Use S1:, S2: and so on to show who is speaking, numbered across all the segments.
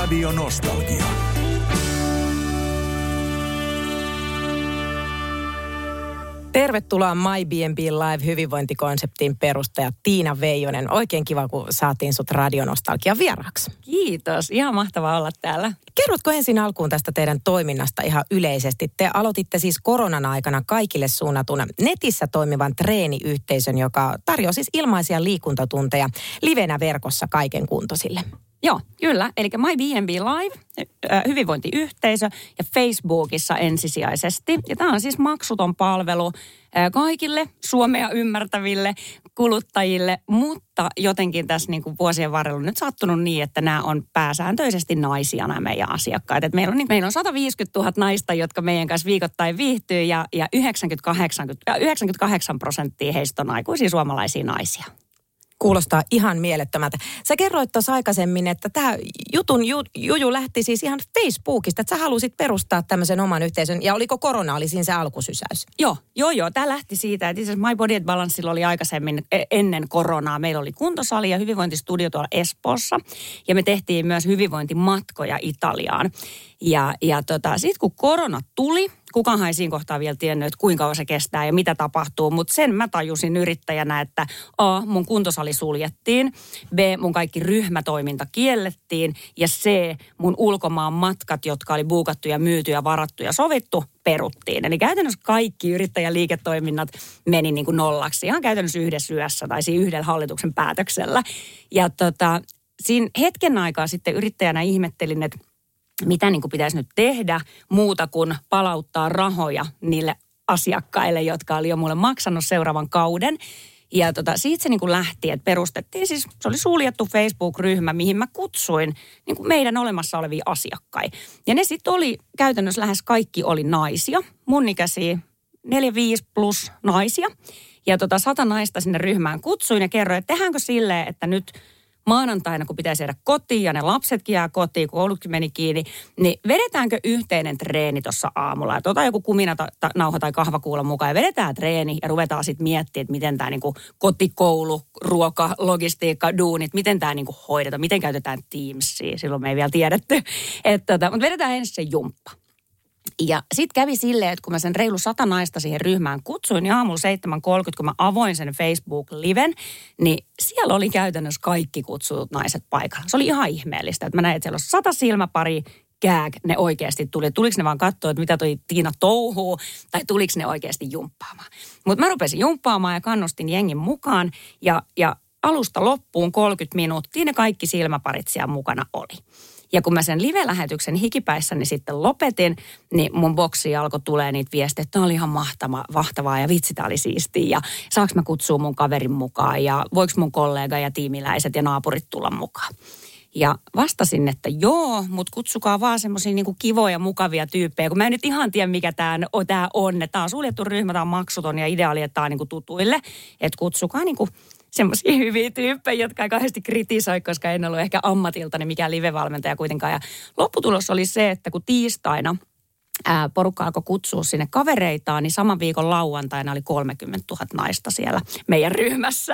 S1: Radio Nostalgia.
S2: Tervetuloa My B&B Live-hyvinvointikonseptin perustaja Tiina Veijonen. Oikein kiva, kun saatiin sut Radio Nostalgian vieraaksi.
S3: Kiitos, ihan mahtavaa olla täällä.
S2: Kerrotko ensin alkuun tästä teidän toiminnasta ihan yleisesti? Te aloititte siis koronan aikana kaikille suunnatun netissä toimivan treeniyhteisön, joka tarjoaa siis ilmaisia liikuntatunteja livenä verkossa kaiken kuntoisille.
S3: Joo, kyllä. Eli My B&B Live, hyvinvointiyhteisö ja Facebookissa ensisijaisesti. Ja tämä on siis maksuton palvelu kaikille Suomea ymmärtäville kuluttajille, mutta jotenkin tässä niin kuin vuosien varrella on nyt sattunut niin, että nämä on pääsääntöisesti naisia nämä meidän asiakkaat. Et meillä on 150 000 naista, jotka meidän kanssa viikoittain viihtyy ja 98% heistä on aikuisia suomalaisia naisia.
S2: Kuulostaa ihan mielettömältä. Sä kerroit tuossa aikaisemmin, että tämä jutun juju lähti siis ihan Facebookista, että sä halusit perustaa tämmöisen oman yhteisön. Ja oliko korona, oli siinä se alkusysäys?
S3: Joo. Tämä lähti siitä, että itse asiassa My Body at Balancella oli aikaisemmin ennen koronaa. Meillä oli kuntosali ja hyvinvointistudio tuolla Espoossa. Ja me tehtiin myös hyvinvointimatkoja Italiaan. Ja sitten kun korona tuli, kukaan ei siinä kohtaa vielä tiennyt, että kuinka kauan se kestää ja mitä tapahtuu. Mutta sen mä tajusin yrittäjänä, että A, mun kuntosali suljettiin, B, mun kaikki ryhmätoiminta kiellettiin ja C, mun ulkomaan matkat, jotka oli buukattu ja myyty ja varattu ja sovittu, peruttiin. Eli käytännössä kaikki yrittäjän liiketoiminnat meni niin kuin nollaksi ihan käytännössä yhdessä yössä tai siinä yhdellä hallituksen päätöksellä. Ja siinä hetken aikaa sitten yrittäjänä ihmettelin, että mitä niin kuin pitäisi nyt tehdä muuta kuin palauttaa rahoja niille asiakkaille, jotka oli jo mulle maksanut seuraavan kauden. Ja siitä se niin kuin lähti, että perustettiin siis, se oli suljettu Facebook-ryhmä, mihin mä kutsuin niin kuin meidän olemassa olevia asiakkaita. Ja ne sitten oli, käytännössä lähes kaikki oli naisia, mun ikäisiä 4-5 plus naisia. Ja 100 naista sinne ryhmään kutsuin ja kerroin, että tehdäänkö silleen, että nyt maanantaina, kun pitäisi jäädä kotiin ja ne lapsetkin jää kotiin, kun koulutkin meni kiinni, niin vedetäänkö yhteinen treeni tuossa aamulla? Että otetaan joku kuminanauha tai kahvakuulan mukaan ja vedetään treeni ja ruvetaan sitten miettimään, että miten tämä niinku kotikoulu, ruoka, logistiikka, duunit, miten tämä niinku hoidetaan, miten käytetään Teamsia. Silloin me ei vielä tiedetty. Mutta vedetään ensin se jumppa. Ja sitten kävi silleen, että kun mä sen reilu 100 naista siihen ryhmään kutsuin, niin aamulla 7.30, kun mä avoin sen Facebook-liven, niin siellä oli käytännössä kaikki kutsutut naiset paikalla. Se oli ihan ihmeellistä, että mä näin, että siellä on 100 silmäpari, ne oikeasti tuli. Tuliko ne vaan katsoa, että mitä toi Tiina touhuu, tai tuliko ne oikeasti jumppaamaan. Mutta mä rupesin jumppaamaan ja kannustin jengin mukaan, ja alusta loppuun 30 minuuttia ne kaikki silmäparit siellä mukana oli. Ja kun mä sen live-lähetyksen hikipäissäni sitten lopetin, niin mun boksiin alkoi tulee niitä viestejä, että tämä oli ihan mahtavaa ja vitsi, tämä oli siistiä. Ja saanko mä kutsua mun kaverin mukaan ja voiko mun kollega ja tiimiläiset ja naapurit tulla mukaan. Ja vastasin, että joo, mutta kutsukaa vaan semmoisia niinku kivoja, mukavia tyyppejä, kun mä en nyt ihan tiedä, mikä tämä on. Tämä on suljettu ryhmä, tämä on maksuton ja ideaali, että tämä on niinku tutuille. Että kutsukaa niinku semmoisia hyviä tyyppejä, jotka ei kauheasti kritisoi, koska en ollut ehkä ammatiltani mikään live-valmentaja kuitenkaan. Ja lopputulos oli se, että kun tiistaina porukka alkoi kutsua sinne kavereitaan, niin saman viikon lauantaina oli 30 000 naista siellä meidän ryhmässä.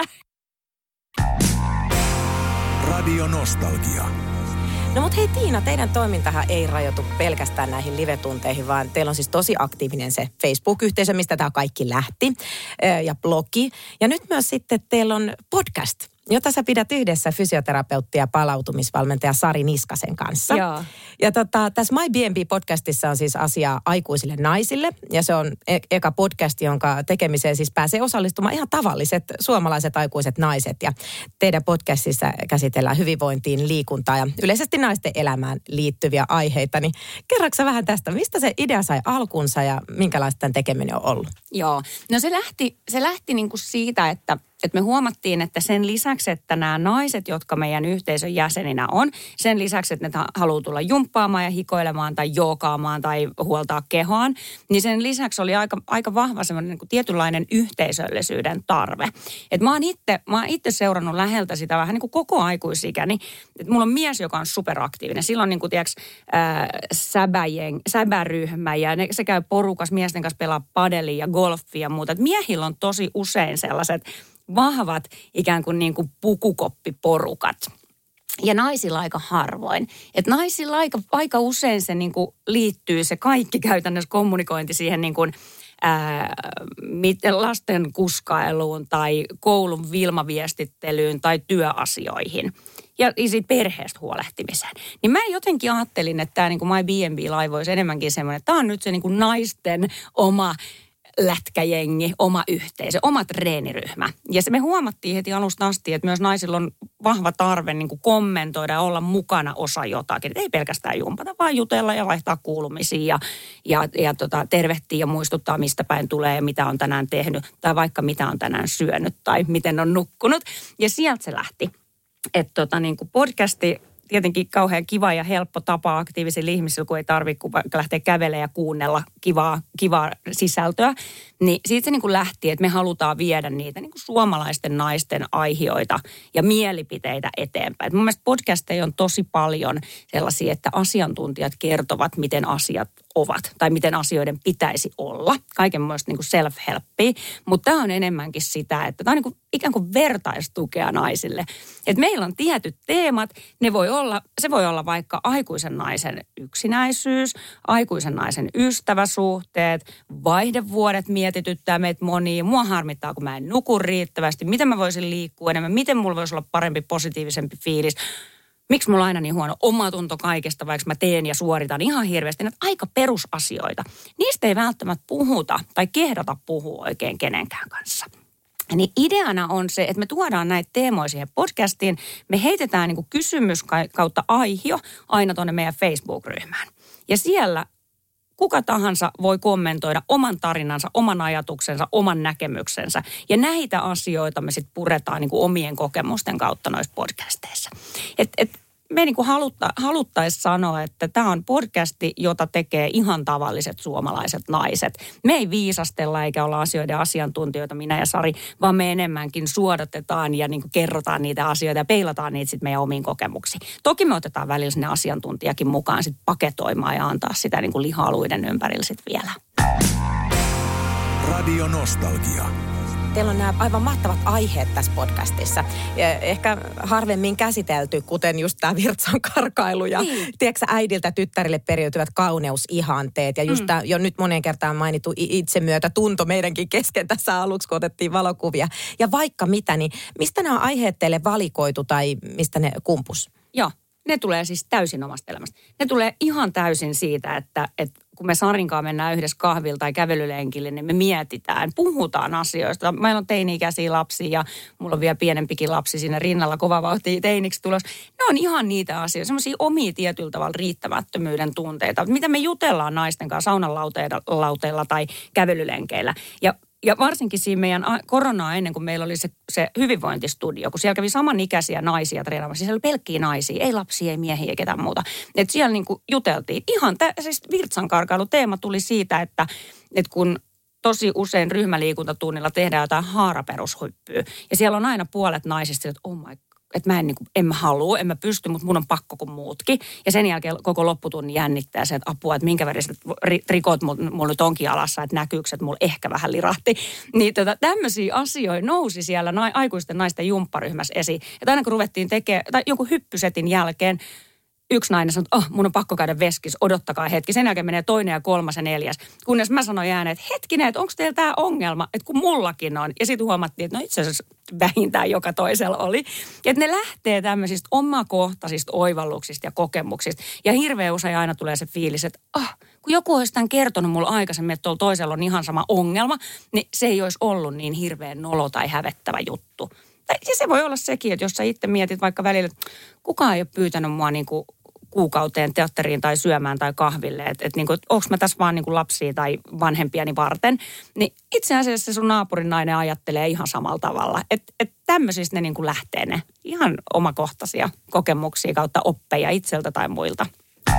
S1: Radio Nostalgia.
S2: No mutta hei Tiina, teidän toimintahan ei rajoitu pelkästään näihin live-tunteihin, vaan teillä on siis tosi aktiivinen se Facebook-yhteisö, mistä tämä kaikki lähti, ja blogi. Ja nyt myös sitten teillä on podcast, jota sä pidät yhdessä fysioterapeutti ja palautumisvalmentaja Sari Niskasen kanssa.
S3: Joo.
S2: Ja tässä My B&B-podcastissa on siis asiaa aikuisille naisille, ja se on eka podcast, jonka tekemiseen siis pääsee osallistumaan ihan tavalliset suomalaiset aikuiset naiset. Ja teidän podcastissa käsitellään hyvinvointiin, liikuntaa ja yleisesti naisten elämään liittyviä aiheita. Niin kerroksä vähän tästä, mistä se idea sai alkunsa ja minkälaista tämän tekeminen on ollut?
S3: Joo, no se lähti niin kuin siitä, että me huomattiin, että sen lisäksi, että nämä naiset, jotka meidän yhteisön jäseninä on, sen lisäksi, että ne haluaa tulla jumppaamaan ja hikoilemaan tai jookaamaan tai huoltaa kehoaan, niin sen lisäksi oli aika vahva semmoinen niin kuin tietynlainen yhteisöllisyyden tarve. Et mä oon itse seurannut läheltä sitä vähän niin kuin koko aikuisikäni. Et mulla on mies, joka on superaktiivinen. Silloin niin kuin säbäryhmä ja se käy porukas miesten kanssa pelaa padelia ja golfia ja muuta. Et miehillä on tosi usein sellaiset vahvat ikään kuin, pukukoppiporukat. Ja naisilla aika harvoin. Että naisilla aika usein se niin kuin liittyy se kaikki käytännössä kommunikointi siihen niin kuin, lasten kuskailuun tai koulun Vilma-viestittelyyn tai työasioihin. Ja siitä perheestä huolehtimiseen. Niin mä jotenkin ajattelin, että tämä niin kuin My B&B-laivo olisi enemmänkin semmoinen, että tämä on nyt se niin kuin naisten oma lätkäjengi, oma yhteisö, oma treeniryhmä. Ja se me huomattiin heti alusta asti, että myös naisilla on vahva tarve niin kuin kommentoida ja olla mukana osa jotakin. Et ei pelkästään jumpata, vaan jutella ja vaihtaa kuulumisia ja tervehtiä ja muistuttaa, mistä päin tulee ja mitä on tänään tehnyt. Tai vaikka mitä on tänään syönyt tai miten on nukkunut. Ja sieltä se lähti. Että niin kuin podcasti tietenkin kauhean kiva ja helppo tapa aktiivisilla ihmisillä, kun ei tarvitse lähteä kävelemään ja kuunnella kivaa sisältöä. Niin siitä se niin kuin lähti, että me halutaan viedä niitä niin kuin suomalaisten naisten aihioita ja mielipiteitä eteenpäin. Et mun mielestä podcasteja on tosi paljon sellaisia, että asiantuntijat kertovat, miten asiat ovat tai miten asioiden pitäisi olla. Kaikenmoista niin kuin self-helppia, mutta tämä on enemmänkin sitä, että tämä on niin kuin ikään kuin vertaistukea naisille. Et meillä on tietyt teemat, se voi olla vaikka aikuisen naisen yksinäisyys, aikuisen naisen ystäväsuhteet, vaihdevuodet mietityttää meitä monia. Mua harmittaa, kun mä en nuku riittävästi, miten mä voisin liikkua enemmän, miten mulla voisi olla parempi, positiivisempi fiilis. Miksi mulla on aina niin huono omatunto kaikesta, vaikka mä teen ja suoritan ihan hirveästi. Näitä aika perusasioita. Niistä ei välttämättä puhuta tai kehdata puhua oikein kenenkään kanssa. Niin ideana on se, että me tuodaan näitä teemoja siihen podcastiin. Me heitetään niin kuin kysymys kautta aihio aina tuonne meidän Facebook-ryhmään. Ja siellä kuka tahansa voi kommentoida oman tarinansa, oman ajatuksensa, oman näkemyksensä. Ja näitä asioita me sitten puretaan niin kuin omien kokemusten kautta noissa podcasteissa. Me niin kuin haluttaisiin sanoa, että tämä on podcasti, jota tekee ihan tavalliset suomalaiset naiset. Me ei viisastella eikä olla asioiden asiantuntijoita, minä ja Sari, vaan me enemmänkin suodatetaan ja niin kuin kerrotaan niitä asioita ja peilataan niitä sitten meidän omiin kokemuksiin. Toki me otetaan välillä sinne asiantuntijakin mukaan sitten paketoimaan ja antaa sitä niin kuin lihaluiden ympärillä sitten vielä.
S1: Radio Nostalgia.
S2: Teillä on nämä aivan mahtavat aiheet tässä podcastissa. Ja ehkä harvemmin käsitelty, kuten just tämä virtsan karkailu ja tiedätkö, äidiltä tyttärille periytyvät kauneusihanteet. Ja just tämä jo nyt moneen kertaan mainittu itsemyötätunto meidänkin kesken tässä aluksi, kun otettiin valokuvia. Ja vaikka mitä, niin mistä nämä aiheet teille valikoitu tai mistä ne kumpus?
S3: Joo, ne tulee siis täysin omasta elämästä. Ne tulee ihan täysin siitä, että kun me Sarinkaan mennään yhdessä kahvilla tai kävelylenkille, niin me mietitään, puhutaan asioista. Meillä on teini-ikäisiä lapsia ja mulla on vielä pienempikin lapsi siinä rinnalla kova vauhtia teiniksi tulos. Ne on ihan niitä asioita, semmoisia omia tietyllä tavalla riittämättömyyden tunteita, mitä me jutellaan naisten kanssa saunalauteilla tai kävelylenkeillä. Ja varsinkin siinä meidän koronaa ennen kuin meillä oli se hyvinvointistudio, kun siellä kävi samanikäisiä naisia treenaamassa. Siellä oli pelkkiä naisia, ei lapsia, ei miehiä, ei ketään muuta. Että siellä niin kuin juteltiin. Ihan siis virtsankarkailuteema tuli siitä, että kun tosi usein ryhmäliikuntatunnilla tehdään jotain haaraperushyppyä. Ja siellä on aina puolet naisista, että oh my God. Että mä en mä halua, en mä pysty, mutta mun on pakko kuin muutkin. Ja sen jälkeen koko lopputunnin jännittää se, että apua, että minkä väriset rikot mulla nyt onkin alassa, että näkyykö, että mulla ehkä vähän lirahti. Niin tämmöisiä asioita nousi siellä aikuisten naisten jumpparyhmässä esiin. Että aina kun ruvettiin tekemään, tai jonkun hyppysetin jälkeen, yksi nainen sanoi, että mun on pakko käydä veskis, odottakaa hetki. Sen jälkeen menee toinen ja kolmas ja neljäs. Kunnes mä sanoin ääneen, että hetkinen, että onko teillä tämä ongelma, että kun mullakin on. Ja sitten huomattiin, että no itse asiassa vähintään joka toisella oli. Ja että ne lähtee tämmöisistä omakohtaisista oivalluksista ja kokemuksista. Ja hirveän usein aina tulee se fiilis, että kun joku olisi tämän kertonut mulle aikaisemmin, että tuolla toisella on ihan sama ongelma, niin se ei olisi ollut niin hirveän nolo tai hävettävä juttu. Ja se voi olla sekin, että jos sä itse mietit vaikka välillä, että kukaan ei ole pyytänyt mua niin kuin kuukauteen teatteriin tai syömään tai kahville, että niin kuin, onko mä tässä vaan niin kuin lapsia tai vanhempiani varten, niin itse asiassa sun naapurin nainen ajattelee ihan samalla tavalla. Että tämmöisistä ne niin kuin lähtee ne ihan omakohtaisia kokemuksia kautta oppeja itseltä tai muilta.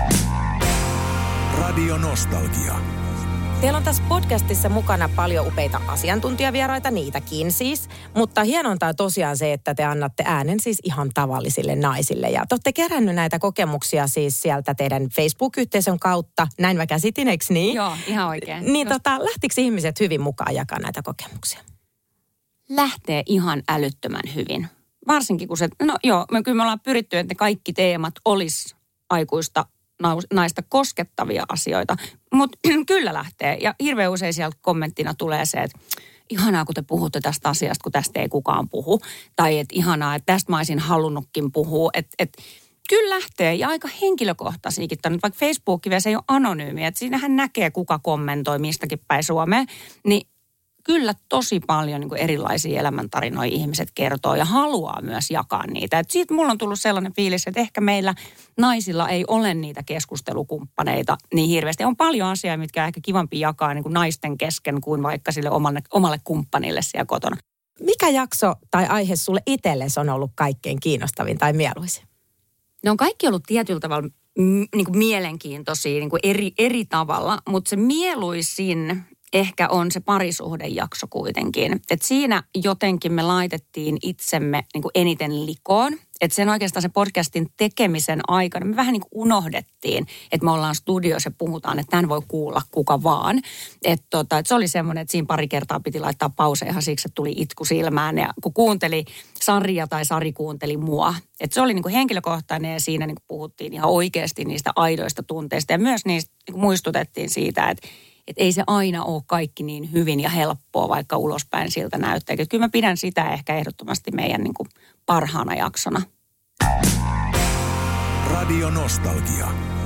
S1: Radio Nostalgia.
S2: Teillä on tässä podcastissa mukana paljon upeita asiantuntijavieraita, niitäkin siis. Mutta hienointa on tosiaan se, että te annatte äänen siis ihan tavallisille naisille. Ja te olette kerännyt näitä kokemuksia siis sieltä teidän Facebook-yhteisön kautta. Näin mä käsitin, eikö niin?
S3: Joo, ihan oikein.
S2: Niin lähtikö ihmiset hyvin mukaan jakaa näitä kokemuksia?
S3: Lähtee ihan älyttömän hyvin. varsinkin kun se, kyllä me ollaan pyritty, että ne kaikki teemat olisi aikuista naista koskettavia asioita. Mutta kyllä lähtee. Ja hirveän usein sieltä kommenttina tulee se, että ihanaa, kun te puhutte tästä asiasta, kun tästä ei kukaan puhu. Tai että ihanaa, että tästä mä olisin halunnutkin puhua. Että kyllä lähtee. Ja aika henkilökohtaisiakin. Vaikka Facebook se ei ole anonyymi. Että siinähän näkee, kuka kommentoi mistäkin päin Suomeen. Niin kyllä tosi paljon niin kuin erilaisia elämäntarinoja ihmiset kertoo ja haluaa myös jakaa niitä. Et siitä mulla on tullut sellainen fiilis, että ehkä meillä naisilla ei ole niitä keskustelukumppaneita niin hirveästi. On paljon asiaa, mitkä on ehkä kivampi jakaa niin kuin naisten kesken kuin vaikka sille omalle kumppanille siellä kotona.
S2: Mikä jakso tai aihe sulle itsellesi on ollut kaikkein kiinnostavin tai mieluisin?
S3: Ne on kaikki ollut tietyllä tavalla niin kuin mielenkiintoisia niin kuin eri tavalla, mutta se mieluisin ehkä on se parisuhdejakso kuitenkin. Että siinä jotenkin me laitettiin itsemme niin kuin eniten likoon. Että sen oikeastaan se podcastin tekemisen aikana me vähän niin kuin unohdettiin, että me ollaan studiossa ja puhutaan, että tämän voi kuulla kuka vaan. Että se oli semmoinen, että siinä pari kertaa piti laittaa pause ihan siksi, että tuli itku silmään. Ja kun kuunteli Saria tai Sari kuunteli mua. Että se oli niin kuin henkilökohtainen ja siinä niin kuin puhuttiin ihan oikeasti niistä aidoista tunteista. Ja myös niistä niin kuin muistutettiin siitä, että ei se aina ole kaikki niin hyvin ja helppoa, vaikka ulospäin siltä näyttää. Että kyllä mä pidän sitä ehkä ehdottomasti meidän niin kuin parhaana jaksona.
S1: Radio Nostalgia.